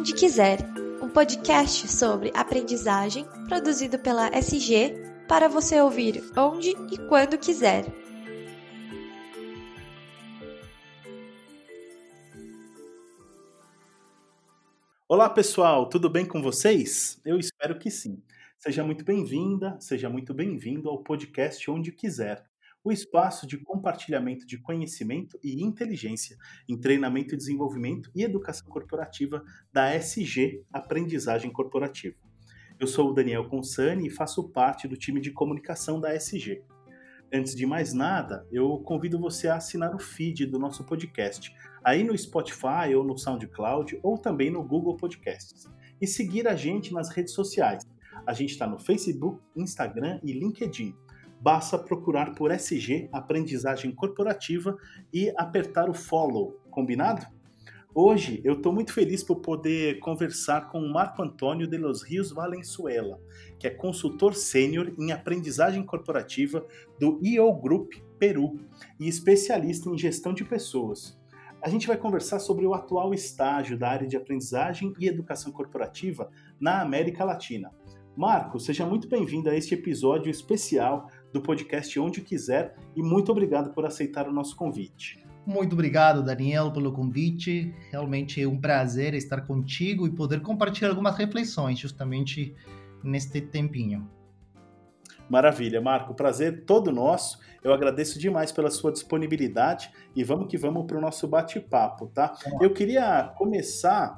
Onde Quiser, um podcast sobre aprendizagem produzido pela SG para você ouvir onde e quando quiser. Olá pessoal, tudo bem com vocês? Eu espero que sim. Seja muito bem-vinda, seja muito bem-vindo ao podcast Onde Quiser, o espaço de compartilhamento de conhecimento e inteligência em treinamento e desenvolvimento e educação corporativa da SG Aprendizagem Corporativa. Eu sou o Daniel Consani e faço parte do time de comunicação da SG. Antes de mais nada, eu convido você a assinar o feed do nosso podcast, aí no Spotify ou no SoundCloud ou também no Google Podcasts. E seguir a gente nas redes sociais. A gente está no Facebook, Instagram e LinkedIn. Basta procurar por SG Aprendizagem Corporativa e apertar o follow, combinado? Hoje eu estou muito feliz por poder conversar com o Marco Antônio de los Rios Valenzuela, que é consultor sênior em aprendizagem corporativa do EO Group Peru e especialista em gestão de pessoas. A gente vai conversar sobre o atual estágio da área de aprendizagem e educação corporativa na América Latina. Marco, seja muito bem-vindo a este episódio especial do podcast Onde Quiser e muito obrigado por aceitar o nosso convite. Muito obrigado, Daniel, pelo convite. Realmente é um prazer estar contigo e poder compartilhar algumas reflexões justamente neste tempinho. Maravilha, Marco. Prazer todo nosso. Eu agradeço demais pela sua disponibilidade e vamos que vamos para o nosso bate-papo, tá? Eu queria começar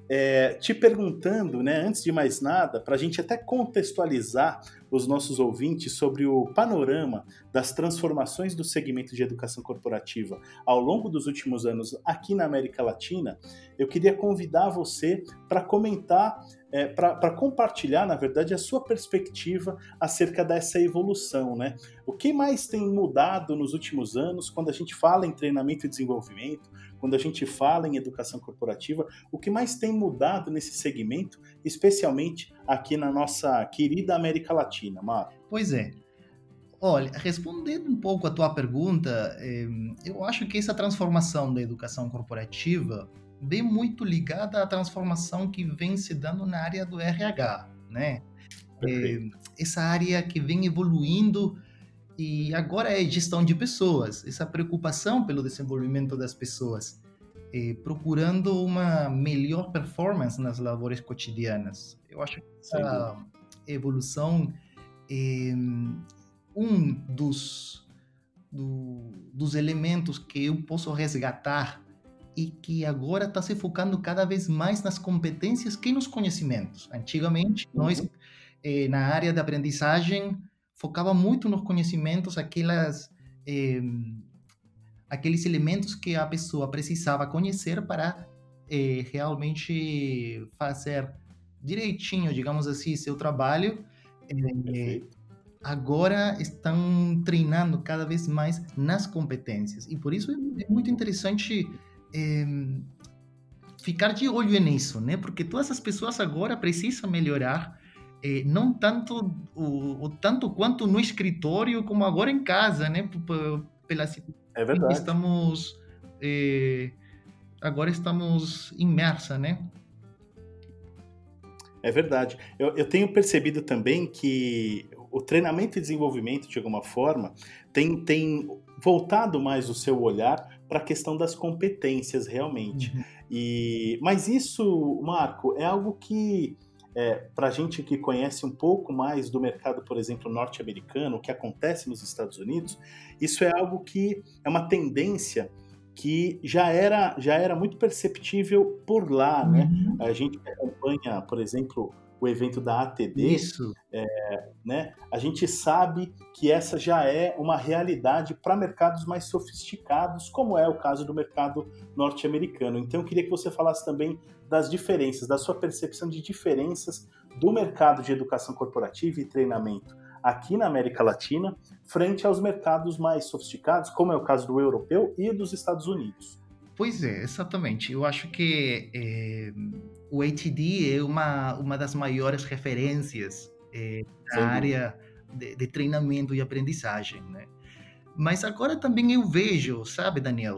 te perguntando, né, antes de mais nada, para a gente até contextualizar os nossos ouvintes sobre o panorama das transformações do segmento de educação corporativa ao longo dos últimos anos aqui na América Latina, eu queria convidar você para comentar, para compartilhar, na verdade, a sua perspectiva acerca dessa evolução, né? O que mais tem mudado nos últimos anos quando a gente fala em treinamento e desenvolvimento, quando a gente fala em educação corporativa, o que mais tem mudado nesse segmento, especialmente aqui na nossa querida América Latina, Marco? Pois é. Olha, respondendo um pouco a tua pergunta, eu acho que essa transformação da educação corporativa vem muito ligada à transformação que vem se dando na área do RH, né? Essa área que vem evoluindo e agora é gestão de pessoas, essa preocupação pelo desenvolvimento das pessoas, procurando uma melhor performance nas labores cotidianas. Eu acho que essa evolução é um dos elementos que eu posso resgatar e que agora está se focando cada vez mais nas competências que nos conhecimentos. Antigamente, nós, na área de aprendizagem, focava muito nos conhecimentos, aqueles elementos que a pessoa precisava conhecer para realmente fazer direitinho, digamos assim, seu trabalho. Agora estão treinando cada vez mais nas competências. E por isso é muito interessante ficar de olho nisso, né? Porque todas as pessoas agora precisam melhorar, não tanto tanto quanto no escritório, como agora em casa, né? Pela situação que estamos agora estamos imersa, né? É verdade. Eu tenho percebido também que o treinamento e desenvolvimento, de alguma forma, tem voltado mais o seu olhar para a questão das competências, realmente. Mas isso, Marco, é algo que, para a gente que conhece um pouco mais do mercado, por exemplo, norte-americano, o que acontece nos Estados Unidos, isso é algo que é uma tendência que já era muito perceptível por lá, né? A gente acompanha, por exemplo, o evento da ATD, né? A gente sabe que essa já é uma realidade para mercados mais sofisticados, como é o caso do mercado norte-americano. Então, eu queria que você falasse também das diferenças, da sua percepção de diferenças do mercado de educação corporativa e treinamento aqui na América Latina, frente aos mercados mais sofisticados, como é o caso do europeu e dos Estados Unidos. Pois é, exatamente. Eu acho que o ATD é uma das maiores referências na área de treinamento e aprendizagem, né? Mas agora também eu vejo, sabe, Daniel,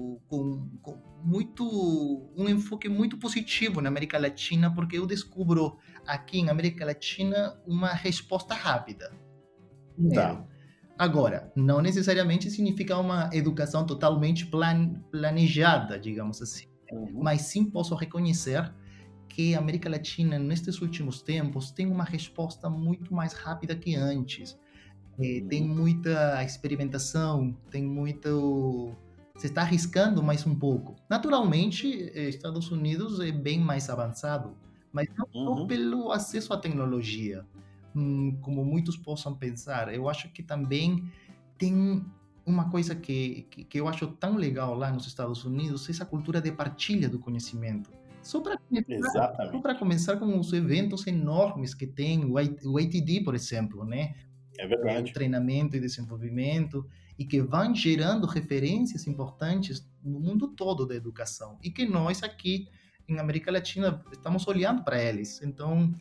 um enfoque muito positivo na América Latina, porque eu descubro aqui em América Latina uma resposta rápida. Tá. Agora, não necessariamente significa uma educação totalmente planejada, digamos assim, mas sim posso reconhecer que a América Latina, nestes últimos tempos, tem uma resposta muito mais rápida que antes. Tem muita experimentação, tem muito... Você está arriscando mais um pouco. Naturalmente, Estados Unidos é bem mais avançado, mas não só pelo acesso à tecnologia, como muitos possam pensar. Eu acho que também tem uma coisa que eu acho tão legal lá nos Estados Unidos, essa cultura de partilha do conhecimento. Só para começar com os eventos enormes que tem, o ATD, por exemplo, né? É verdade. O treinamento e desenvolvimento, e que vão gerando referências importantes no mundo todo da educação, e que nós aqui em América Latina estamos olhando para eles. Então,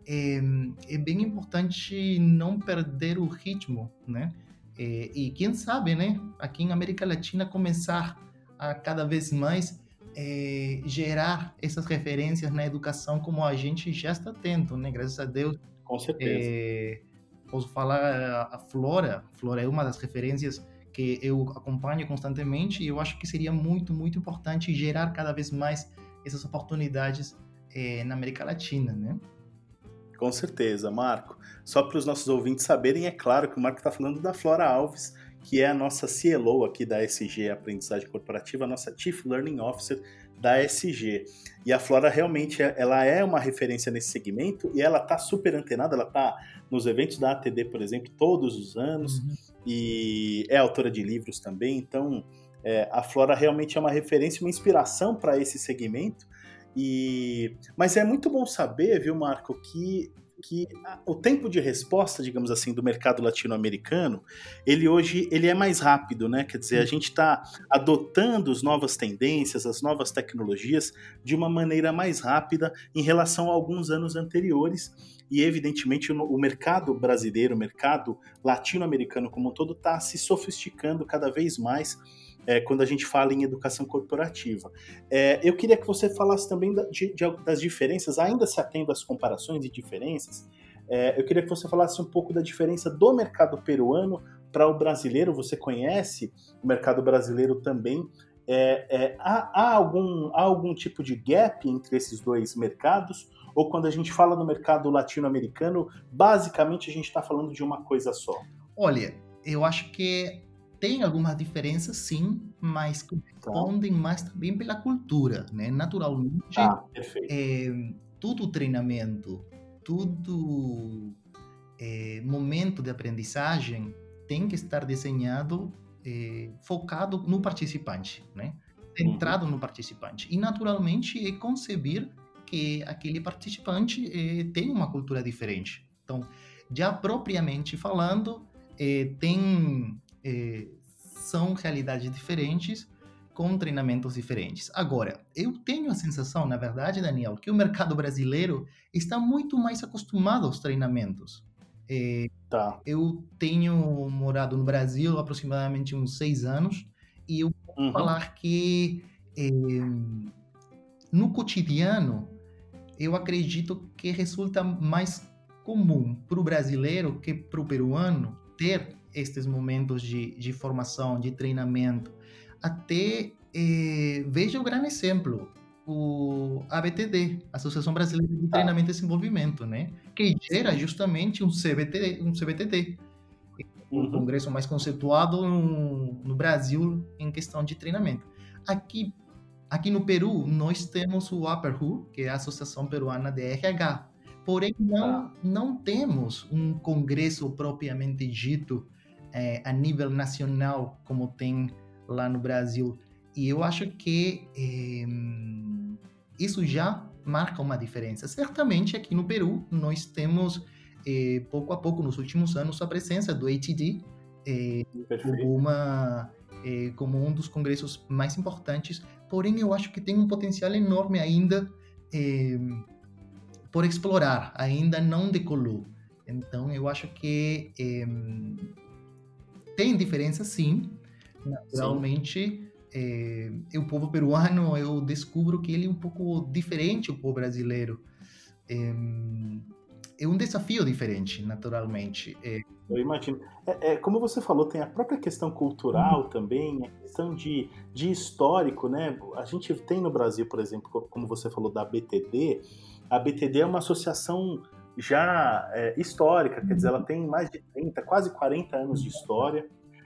é bem importante não perder o ritmo, né? E quem sabe, né, aqui em América Latina começar a cada vez mais gerar essas referências na educação como a gente já está tendo, né? Graças a Deus. Com certeza. Posso falar a Flora. Flora é uma das referências que eu acompanho constantemente, e eu acho que seria muito, muito importante gerar cada vez mais essas oportunidades na América Latina, né? Com certeza, Marco. Só para os nossos ouvintes saberem, é claro que o Marco está falando da Flora Alves, que é a nossa CLO aqui da SG Aprendizagem Corporativa, a nossa Chief Learning Officer da SG. E a Flora realmente ela é uma referência nesse segmento, e ela está super antenada, ela está nos eventos da ATD, por exemplo, todos os anos, e é autora de livros também. Então, a Flora realmente é uma referência, uma inspiração para esse segmento. Mas é muito bom saber, viu, Marco, que o tempo de resposta, digamos assim, do mercado latino-americano, ele hoje é mais rápido, né? Quer dizer, a gente está adotando as novas tendências, as novas tecnologias de uma maneira mais rápida em relação a alguns anos anteriores, e evidentemente o mercado brasileiro, o mercado latino-americano como um todo está se sofisticando cada vez mais quando a gente fala em educação corporativa. Eu queria que você falasse também das diferenças, ainda se atendo às comparações e diferenças, eu queria que você falasse um pouco da diferença do mercado peruano para o brasileiro. Você conhece o mercado brasileiro também. Há algum tipo de gap entre esses dois mercados? Ou quando a gente fala no mercado latino-americano, basicamente a gente está falando de uma coisa só? Olha, eu acho que tem algumas diferenças, sim, mas correspondem mais também pela cultura, né? Naturalmente, todo treinamento, todo momento de aprendizagem tem que estar desenhado focado no participante, né? Centrado no participante. E, naturalmente, é conceber que aquele participante tem uma cultura diferente. Então, já propriamente falando, são realidades diferentes, com treinamentos diferentes. Agora, eu tenho a sensação, na verdade, Daniel, que o mercado brasileiro está muito mais acostumado aos treinamentos. Eu tenho morado no Brasil há aproximadamente uns 6 anos, e eu posso falar que no cotidiano eu acredito que resulta mais comum para o brasileiro que para o peruano ter estes momentos de formação, de treinamento. Até veja o grande exemplo, o ABTD, Associação Brasileira de Treinamento e Desenvolvimento, né? Que gera justamente um CBTD, o congresso mais conceituado no Brasil em questão de treinamento. Aqui no Peru, nós temos o APERHU, que é a Associação Peruana de RH. Porém, não temos um congresso propriamente dito a nível nacional, como tem lá no Brasil. E eu acho que isso já marca uma diferença. Certamente, aqui no Peru, nós temos, pouco a pouco, nos últimos anos, a presença do ATD como um dos congressos mais importantes. Porém, eu acho que tem um potencial enorme ainda por explorar, ainda não decolou. Então, eu acho que Tem diferença, sim. Naturalmente, o povo peruano, eu descubro que ele é um pouco diferente do povo brasileiro. É um desafio diferente, naturalmente. Eu imagino. Como você falou, tem a própria questão cultural também, a questão de histórico, né? A gente tem no Brasil, por exemplo, como você falou da ABTD, a ABTD é uma associação já histórica, quer dizer, ela tem mais de 30, quase 40 anos de história.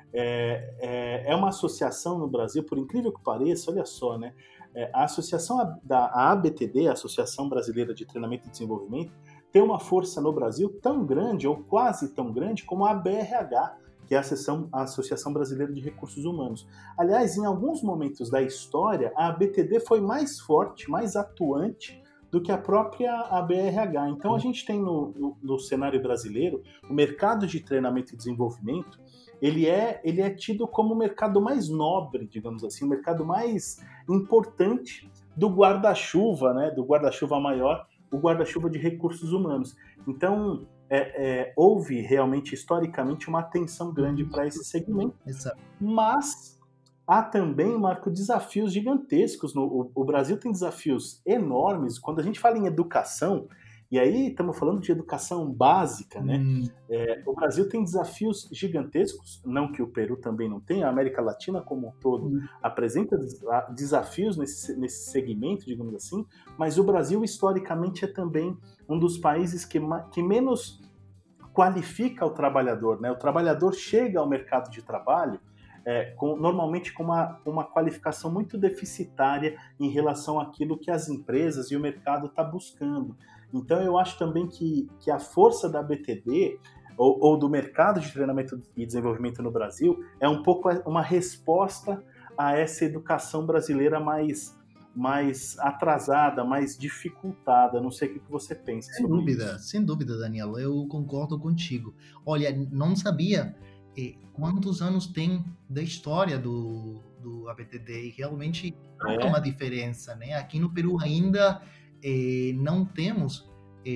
É uma associação no Brasil, por incrível que pareça, olha só, né? A associação a ABTD, a Associação Brasileira de Treinamento e Desenvolvimento, tem uma força no Brasil tão grande, ou quase tão grande, como a ABRH, que é a Associação Brasileira de Recursos Humanos. Aliás, em alguns momentos da história, a ABTD foi mais forte, mais atuante do que a própria ABRH. Então, a gente tem no cenário brasileiro, o mercado de treinamento e desenvolvimento, ele é tido como o mercado mais nobre, digamos assim, o mercado mais importante do guarda-chuva, né, do guarda-chuva maior, o guarda-chuva de recursos humanos. Então, houve realmente, historicamente, uma atenção grande para esse segmento. Exato. Mas há também, Marco, desafios gigantescos. O Brasil tem desafios enormes. Quando a gente fala em educação, e aí estamos falando de educação básica, né? O Brasil tem desafios gigantescos, não que o Peru também não tenha, a América Latina como um todo apresenta desafios nesse segmento, digamos assim, mas o Brasil historicamente é também um dos países que menos qualifica o trabalhador, né? O trabalhador chega ao mercado de trabalho normalmente com uma qualificação muito deficitária em relação àquilo que as empresas e o mercado está buscando. Então, eu acho também que a força da BTD, ou do mercado de treinamento e desenvolvimento no Brasil, é um pouco uma resposta a essa educação brasileira mais atrasada, mais dificultada. Não sei o que você pensa sobre isso. Sem dúvida, Daniel, eu concordo contigo. Olha, não sabia quantos anos tem da história do ABTD, e realmente há uma diferença, né? Aqui no Peru ainda não temos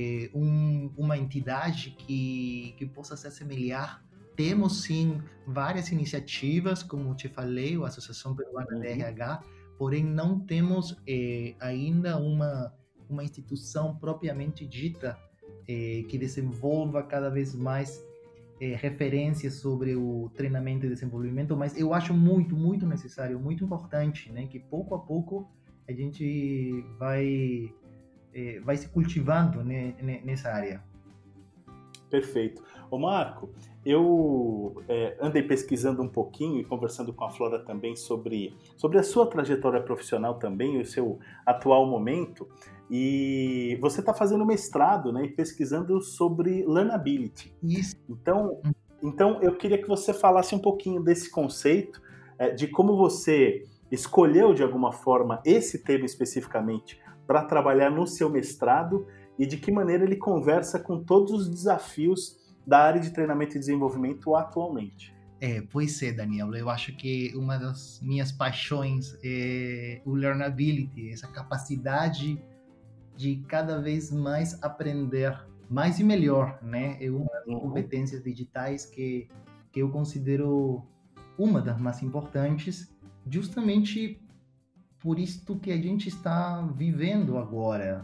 uma entidade que possa se assemelhar. Temos, sim, várias iniciativas, como te falei, a Associação Peruana de RH, porém não temos ainda uma instituição propriamente dita que desenvolva cada vez mais referências sobre o treinamento e desenvolvimento, mas eu acho muito, muito necessário, muito importante, né, que pouco a pouco a gente vai se cultivando, né, nessa área. Perfeito. Ô Marco, eu andei pesquisando um pouquinho e conversando com a Flora também sobre a sua trajetória profissional também, o seu atual momento, e você está fazendo mestrado, né, e pesquisando sobre learnability. Isso. Então eu queria que você falasse um pouquinho desse conceito, de como você escolheu de alguma forma esse tema especificamente para trabalhar no seu mestrado e de que maneira ele conversa com todos os desafios da área de treinamento e desenvolvimento atualmente. Pois é, Daniel, eu acho que uma das minhas paixões é o learnability, essa capacidade de cada vez mais aprender mais e melhor, né? É uma das competências digitais que eu considero uma das mais importantes, justamente por isto que a gente está vivendo agora.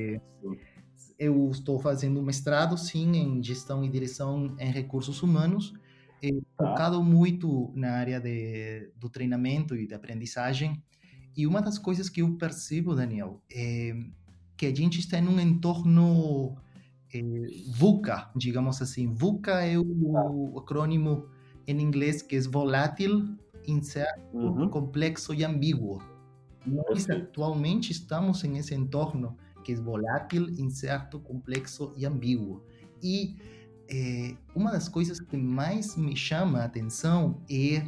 Eu estou fazendo um mestrado, sim, em gestão e direção em recursos humanos, focado muito na área do treinamento e da aprendizagem. E uma das coisas que eu percebo, Daniel, é que a gente está em um entorno VUCA, digamos assim. VUCA é o acrônimo em inglês que é volátil, incerto, complexo e ambíguo. Nós atualmente estamos em esse entorno que é volátil, incerto, complexo e ambíguo. E uma das coisas que mais me chama a atenção é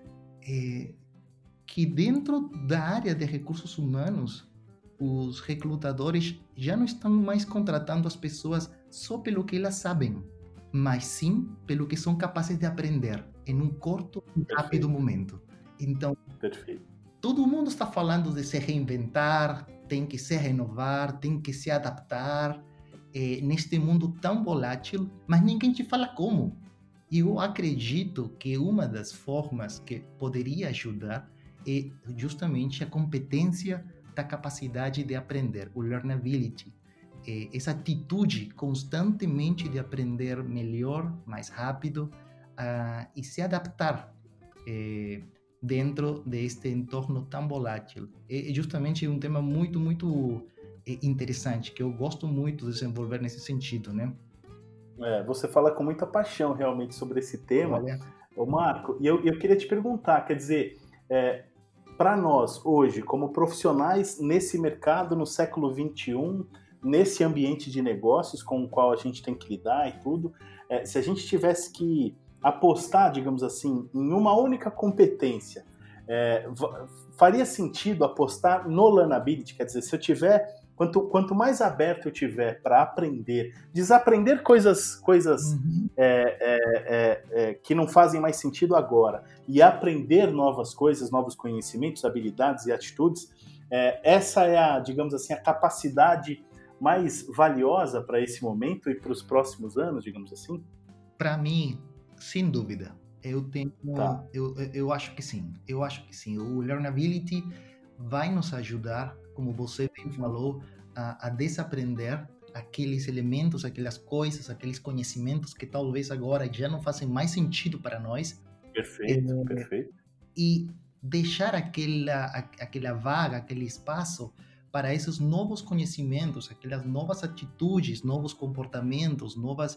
que dentro da área de recursos humanos, os recrutadores já não estão mais contratando as pessoas só pelo que elas sabem, mas sim pelo que são capazes de aprender em um curto e rápido momento. Então, todo mundo está falando de se reinventar, tem que se renovar, tem que se adaptar neste mundo tão volátil, mas ninguém te fala como. E eu acredito que uma das formas que poderia ajudar é justamente a competência da capacidade de aprender, o learnability. Essa atitude constantemente de aprender melhor, mais rápido, e se adaptar dentro deste entorno tão volátil. É justamente um tema muito, muito interessante, que eu gosto muito de desenvolver nesse sentido, né? Você fala com muita paixão realmente sobre esse tema, Olha, ô Marco, e eu queria te perguntar, quer dizer, para nós hoje, como profissionais nesse mercado no século XXI, nesse ambiente de negócios com o qual a gente tem que lidar e tudo, se a gente tivesse que apostar, digamos assim, em uma única competência, faria sentido apostar no learnability? Quer dizer, se eu tiver, quanto mais aberto eu tiver para aprender, desaprender coisas que não fazem mais sentido agora e aprender novas coisas, novos conhecimentos, habilidades e atitudes, essa é digamos assim, a capacidade mais valiosa para esse momento e para os próximos anos, digamos assim? para mim, sem dúvida, Tá. eu acho que sim. Eu acho que sim. O learnability vai nos ajudar, como você bem falou, a desaprender aqueles elementos, aquelas coisas, aqueles conhecimentos que talvez agora já não fazem mais sentido para nós, Perfeito, perfeito. e deixar aquela vaga, aquele espaço para esses novos conhecimentos, aquelas novas atitudes, novos comportamentos,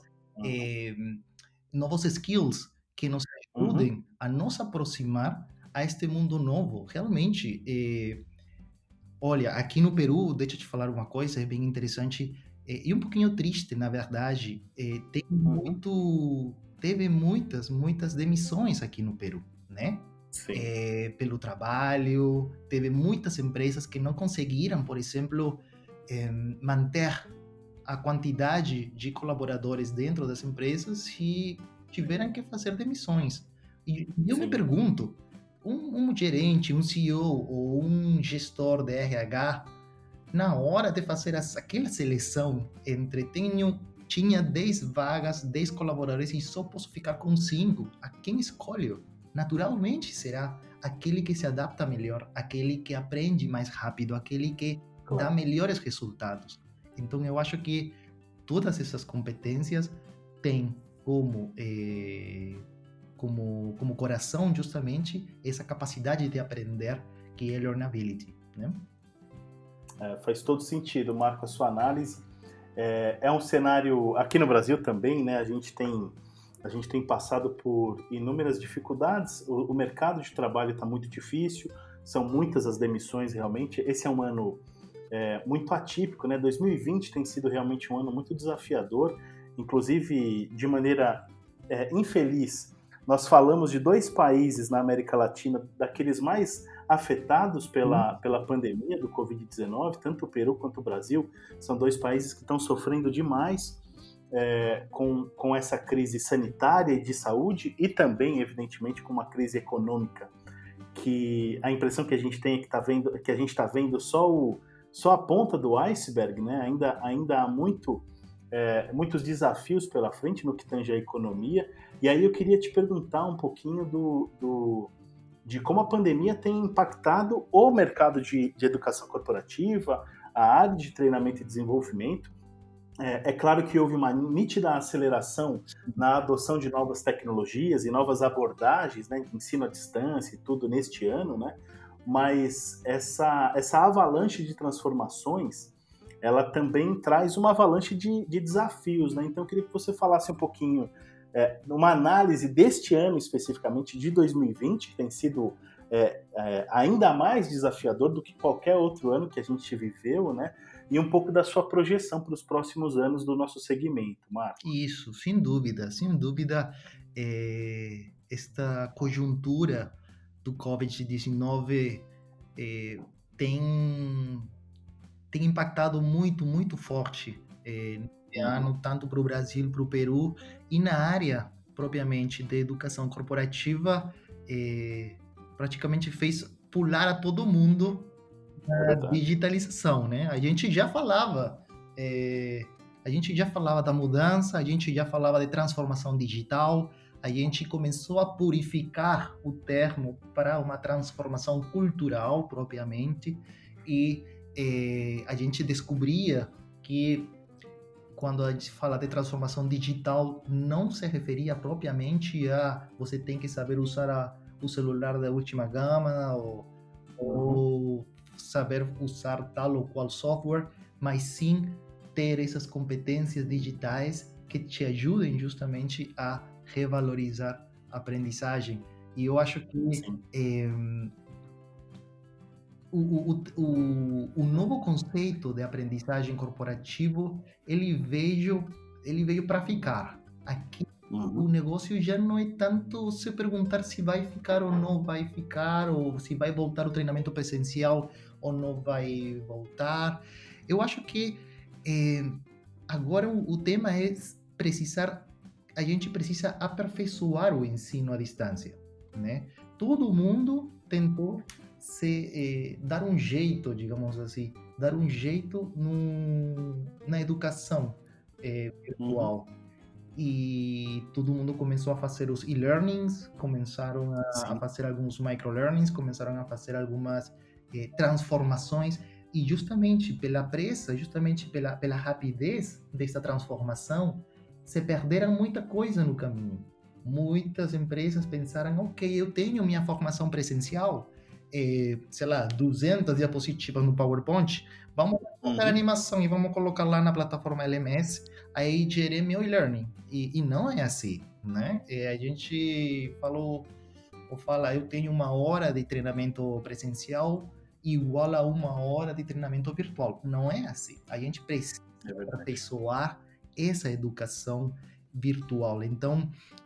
novos skills que nos Uhum. ajudem a nos aproximar a este mundo novo. Realmente, olha, aqui no Peru, deixa eu te falar uma coisa, é bem interessante e um pouquinho triste, na verdade. Uhum. Teve muitas demissões aqui no Peru, né? Sim, Pelo trabalho, teve muitas empresas que não conseguiram, por exemplo, manter a quantidade de colaboradores dentro das empresas e tiveram que fazer demissões. E eu me sim. pergunto, um gerente, um CEO ou um gestor de RH, na hora de fazer aquela seleção entre tinha 10 vagas, 10 colaboradores e só posso ficar com 5, a quem escolho? Naturalmente será aquele que se adapta melhor, aquele que aprende mais rápido, aquele que dá Claro. melhores resultados. Então eu acho que todas essas competências têm como coração justamente essa capacidade de aprender que é learnability, né? Faz todo sentido, Marco, a sua análise. É um cenário, aqui no Brasil também, né? A gente tem passado por inúmeras dificuldades, o mercado de trabalho está muito difícil, são muitas as demissões realmente. Esse é um ano muito atípico, né? 2020 tem sido realmente um ano muito desafiador, inclusive de maneira infeliz. Nós falamos de dois países na América Latina, daqueles mais afetados pela pandemia do Covid-19, tanto o Peru quanto o Brasil, são dois países que estão sofrendo demais com essa crise sanitária e de saúde e também, evidentemente, com uma crise econômica, que a impressão que a gente tem é que a gente está vendo só a ponta do iceberg, né? Ainda há muitos desafios pela frente no que tange a economia. E aí eu queria te perguntar um pouquinho de como a pandemia tem impactado o mercado de educação corporativa, a área de treinamento e desenvolvimento. É claro que houve uma nítida aceleração na adoção de novas tecnologias e novas abordagens, né, de ensino à distância e tudo neste ano, né? Mas essa avalanche de transformações, ela também traz uma avalanche de desafios, né? Então eu queria que você falasse um pouquinho, uma análise deste ano especificamente, de 2020, que tem sido ainda mais desafiador do que qualquer outro ano que a gente viveu, né? E um pouco da sua projeção para os próximos anos do nosso segmento, Marco. Isso, sem dúvida, esta conjuntura do Covid-19 tem, tem impactado muito, muito forte nesse Uhum. ano, tanto para o Brasil, para o Peru, e na área propriamente de educação corporativa, praticamente fez pular a todo mundo É a verdade. digitalização, né? A gente já falava da mudança, a gente já falava de transformação digital, a gente começou a purificar o termo para uma transformação cultural propriamente, e a gente descobria que quando a gente fala de transformação digital, não se referia propriamente a você tem que saber usar o celular da última gama ou saber usar tal ou qual software, mas sim ter essas competências digitais que te ajudem justamente a revalorizar a aprendizagem. E eu acho que o novo conceito de aprendizagem corporativo, ele veio para ficar. Aqui o negócio já não é tanto se perguntar se vai ficar ou não vai ficar, ou se vai voltar o treinamento presencial ou não vai voltar. Eu acho que agora o tema é a gente precisa aperfeiçoar o ensino à distância, né? Todo mundo tentou dar um jeito, digamos assim, dar um jeito na educação virtual. E todo mundo começou a fazer os e-learnings, começaram a fazer alguns micro-learnings, começaram a fazer algumas transformações, e justamente pela pressa, justamente pela rapidez dessa transformação, se perderam muita coisa no caminho. Muitas empresas pensaram, ok, eu tenho minha formação presencial, sei lá, 200 diapositivas no PowerPoint, vamos colocar animação e vamos colocar lá na plataforma LMS, aí gerei meu e-learning. E não é assim, né? A gente fala, eu tenho 1 hora de treinamento presencial igual a 1 hora de treinamento virtual. Não é assim. A gente precisa aperfeiçoar essa educação virtual. Então,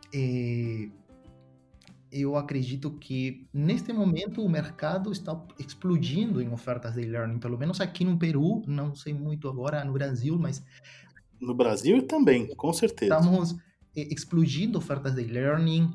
eu acredito que, neste momento, o mercado está explodindo em ofertas de e-learning, pelo menos aqui no Peru, não sei muito agora no Brasil, mas... No Brasil também, com certeza. Estamos explodindo ofertas de e-learning,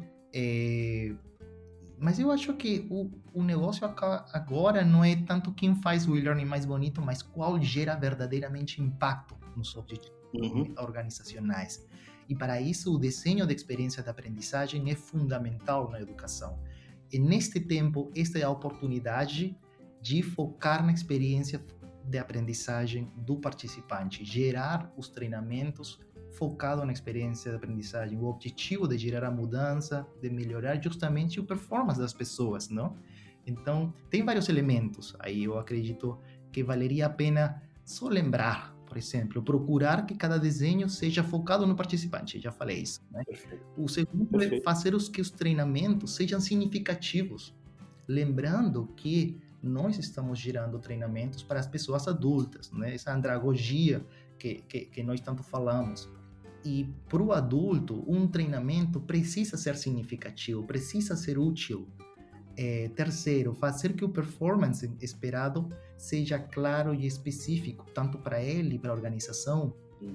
mas eu acho que o negócio agora não é tanto quem faz o e-learning mais bonito, mas qual gera verdadeiramente impacto nos objetivos organizacionais. E para isso, o desenho de experiência de aprendizagem é fundamental na educação. E neste tempo, esta é a oportunidade de focar na experiência de aprendizagem do participante, gerar os treinamentos focado na experiência de aprendizagem, o objetivo de gerar a mudança, de melhorar justamente a performance das pessoas, não? Então, tem vários elementos. Aí eu acredito que valeria a pena só lembrar, por exemplo, procurar que cada desenho seja focado no participante, já falei isso, né? O segundo é fazer que os treinamentos sejam significativos, lembrando que nós estamos gerando treinamentos para as pessoas adultas, né? Essa andragogia que nós tanto falamos. E para o adulto, um treinamento precisa ser significativo, precisa ser útil. Terceiro, fazer que o performance esperado seja claro e específico, tanto para ele e para a organização.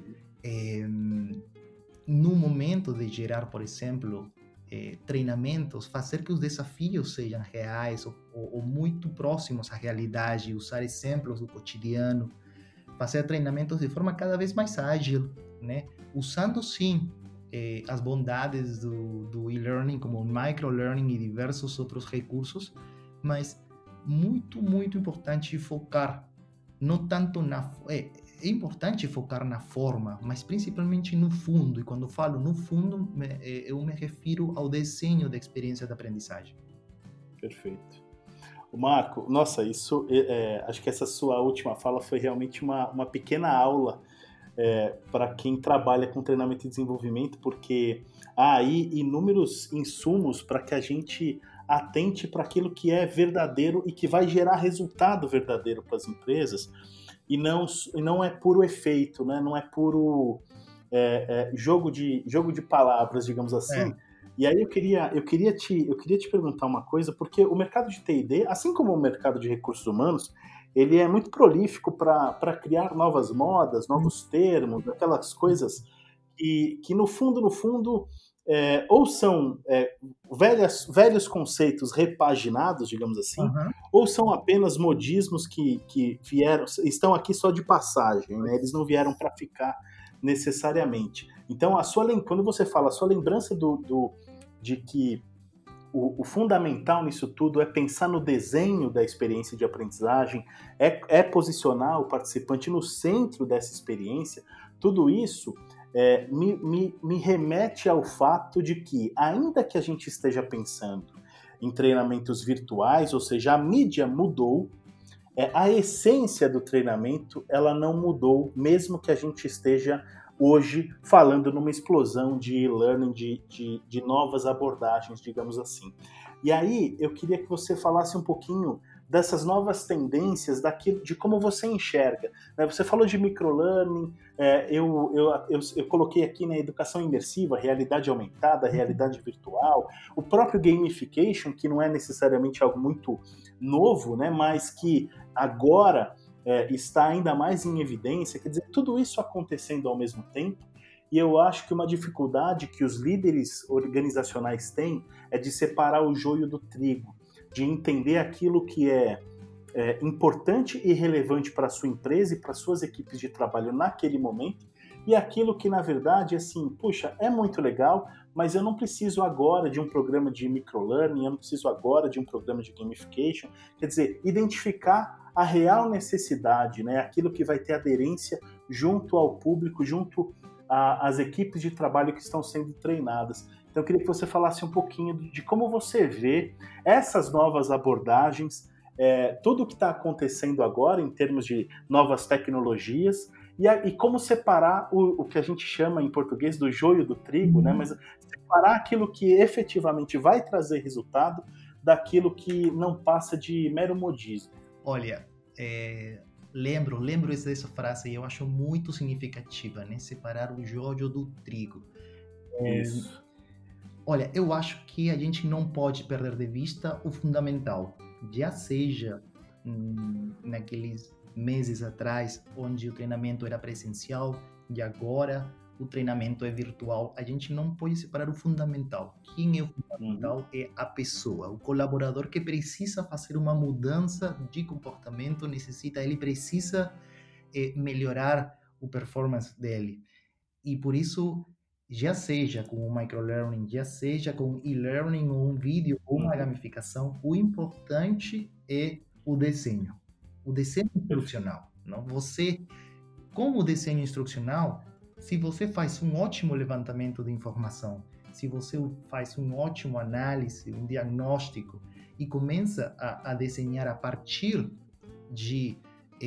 No momento de gerar, por exemplo, treinamentos, fazer que os desafios sejam reais ou muito próximos à realidade, usar exemplos do cotidiano, fazer treinamentos de forma cada vez mais ágil, né? Usando sim as bondades do e-learning, como o micro-learning e diversos outros recursos, mas muito, muito importante focar, não tanto é importante focar na forma, mas principalmente no fundo, e quando falo no fundo, eu me refiro ao desenho da experiência de aprendizagem. Perfeito. Marco, nossa, isso, acho que essa sua última fala foi realmente uma pequena aula para quem trabalha com treinamento e desenvolvimento, porque há aí inúmeros insumos para que a gente atente para aquilo que é verdadeiro e que vai gerar resultado verdadeiro para as empresas, e não é puro efeito, né? Não é puro jogo de palavras, digamos assim. E aí eu queria te perguntar uma coisa, porque o mercado de T&D, assim como o mercado de recursos humanos, ele é muito prolífico para criar novas modas, novos termos, aquelas coisas que no fundo, ou são velhos conceitos repaginados, digamos assim, ou são apenas modismos que estão aqui só de passagem, né? Eles não vieram para ficar necessariamente. Então, quando você fala a sua lembrança do de que o fundamental nisso tudo é pensar no desenho da experiência de aprendizagem, é posicionar o participante no centro dessa experiência. Tudo isso me remete ao fato de que, ainda que a gente esteja pensando em treinamentos virtuais, ou seja, a mídia mudou, a essência do treinamento ela não mudou, mesmo que a gente esteja hoje falando numa explosão de e-learning, de novas abordagens, digamos assim. E aí eu queria que você falasse um pouquinho dessas novas tendências, de como você enxerga. Você falou de microlearning, eu coloquei aqui na educação imersiva, realidade aumentada, realidade virtual, o próprio gamification, que não é necessariamente algo muito novo, né, mas que agora está ainda mais em evidência. Quer dizer, tudo isso acontecendo ao mesmo tempo, e eu acho que uma dificuldade que os líderes organizacionais têm é de separar o joio do trigo, de entender aquilo que é importante e relevante para a sua empresa e para suas equipes de trabalho naquele momento, e aquilo que, na verdade, assim, puxa, é muito legal, mas eu não preciso agora de um programa de microlearning, eu não preciso agora de um programa de gamification. Quer dizer, identificar a real necessidade, né, aquilo que vai ter aderência junto ao público, junto às equipes de trabalho que estão sendo treinadas. Então, eu queria que você falasse um pouquinho de como você vê essas novas abordagens, tudo o que está acontecendo agora em termos de novas tecnologias, e como separar o que a gente chama em português do joio do trigo, né? Mas separar aquilo que efetivamente vai trazer resultado daquilo que não passa de mero modismo. Olha, lembro dessa frase e eu acho muito significativa, né? Separar o joio do trigo. Isso. Olha, eu acho que a gente não pode perder de vista o fundamental, já seja naqueles meses atrás, onde o treinamento era presencial e agora o treinamento é virtual. A gente não pode separar o fundamental. Quem é o fundamental é a pessoa, o colaborador que precisa fazer uma mudança de comportamento, ele precisa melhorar o performance dele. E por isso, já seja com o microlearning, já seja com e-learning, ou um vídeo, ou uma gamificação, o importante é o desenho instrucional. Não? Você, com o desenho instrucional, se você faz um ótimo levantamento de informação, se você faz um ótimo análise, um diagnóstico, e começa a desenhar a partir de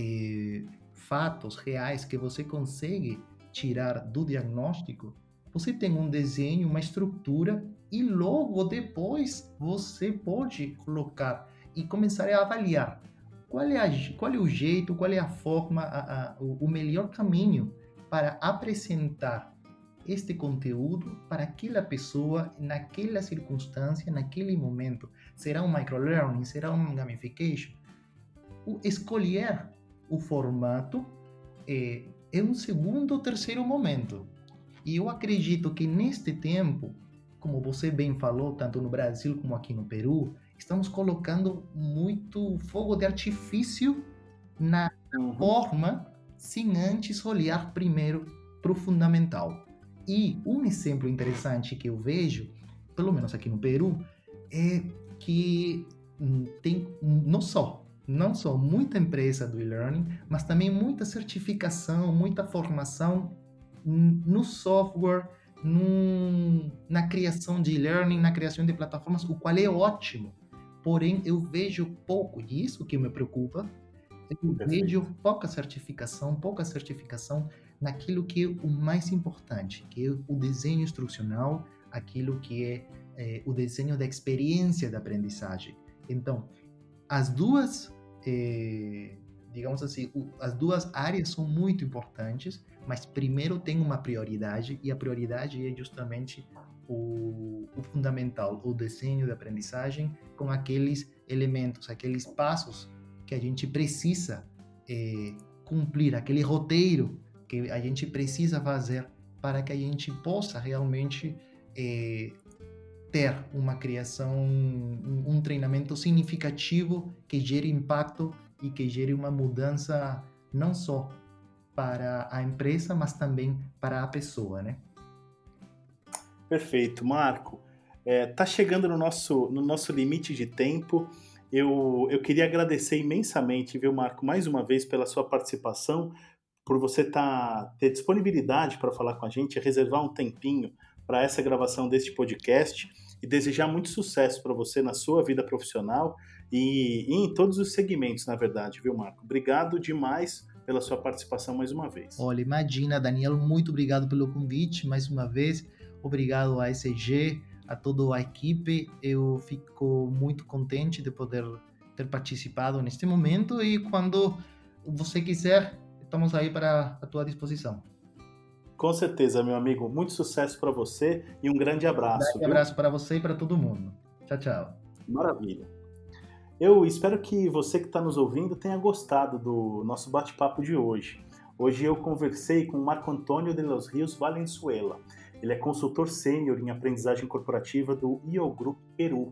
fatos reais que você consegue tirar do diagnóstico, você tem um desenho, uma estrutura, e logo depois você pode colocar e começar a avaliar qual é o jeito, qual é a forma, o melhor caminho para apresentar este conteúdo para aquela pessoa, naquela circunstância, naquele momento. Será um microlearning? Será um gamification? Escolher o formato é um segundo ou terceiro momento. E eu acredito que neste tempo, como você bem falou, tanto no Brasil como aqui no Peru, estamos colocando muito fogo de artifício na forma, sem antes olhar primeiro para o fundamental. E um exemplo interessante que eu vejo, pelo menos aqui no Peru, é que tem não só muita empresa do e-learning, mas também muita certificação, muita formação no software, na criação de e-learning, na criação de plataformas, o qual é ótimo. Porém, eu vejo pouco, e isso que me preocupa, eu vejo pouca certificação naquilo que é o mais importante, que é o desenho instrucional, aquilo que é o desenho da experiência da aprendizagem. Então, as duas, digamos assim, as duas áreas são muito importantes, mas primeiro tem uma prioridade, e a prioridade é justamente o fundamental, o desenho da aprendizagem, com aqueles elementos, aqueles passos que a gente precisa cumprir, aquele roteiro que a gente precisa fazer para que a gente possa realmente ter uma criação, um treinamento significativo que gere impacto e que gere uma mudança não só para a empresa, mas também para a pessoa, né? Perfeito, Marco. Tá chegando no nosso limite de tempo. Eu queria agradecer imensamente, viu, Marco, mais uma vez pela sua participação, por você ter disponibilidade para falar com a gente, reservar um tempinho para essa gravação deste podcast e desejar muito sucesso para você na sua vida profissional e em todos os segmentos, na verdade, viu, Marco? Obrigado demais pela sua participação mais uma vez. Olha, imagina, Daniel, muito obrigado pelo convite, mais uma vez. Obrigado à ESG, a toda a equipe. Eu fico muito contente de poder ter participado neste momento e quando você quiser, estamos aí para a tua disposição. Com certeza, meu amigo. Muito sucesso para você e um grande abraço. Um grande abraço para você e para todo mundo. Tchau, tchau. Maravilha. Eu espero que você que está nos ouvindo tenha gostado do nosso bate-papo de hoje. Hoje eu conversei com Marco Antônio de los Rios Valenzuela. Ele é consultor sênior em aprendizagem corporativa do IO Group Peru.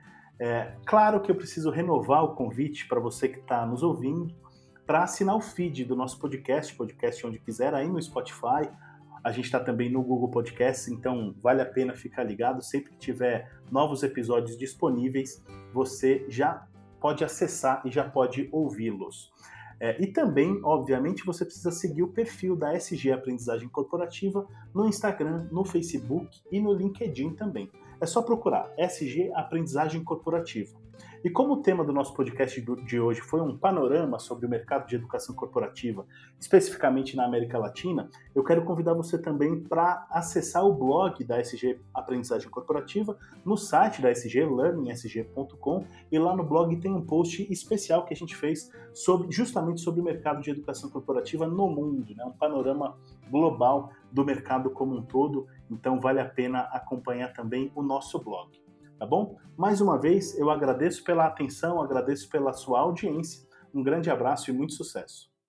Claro que eu preciso renovar o convite para você que está nos ouvindo para assinar o feed do nosso podcast onde quiser, aí no Spotify. A gente está também no Google Podcasts, então vale a pena ficar ligado. Sempre que tiver novos episódios disponíveis, você já pode acessar e já pode ouvi-los. E também, obviamente, você precisa seguir o perfil da SG Aprendizagem Corporativa no Instagram, no Facebook e no LinkedIn também. É só procurar SG Aprendizagem Corporativa. E como o tema do nosso podcast de hoje foi um panorama sobre o mercado de educação corporativa, especificamente na América Latina, eu quero convidar você também para acessar o blog da SG Aprendizagem Corporativa no site da SG, learningsg.com, e lá no blog tem um post especial que a gente fez justamente sobre o mercado de educação corporativa no mundo, né? Um panorama global do mercado como um todo, então vale a pena acompanhar também o nosso blog. Tá bom? Mais uma vez, eu agradeço pela atenção, agradeço pela sua audiência. Um grande abraço e muito sucesso.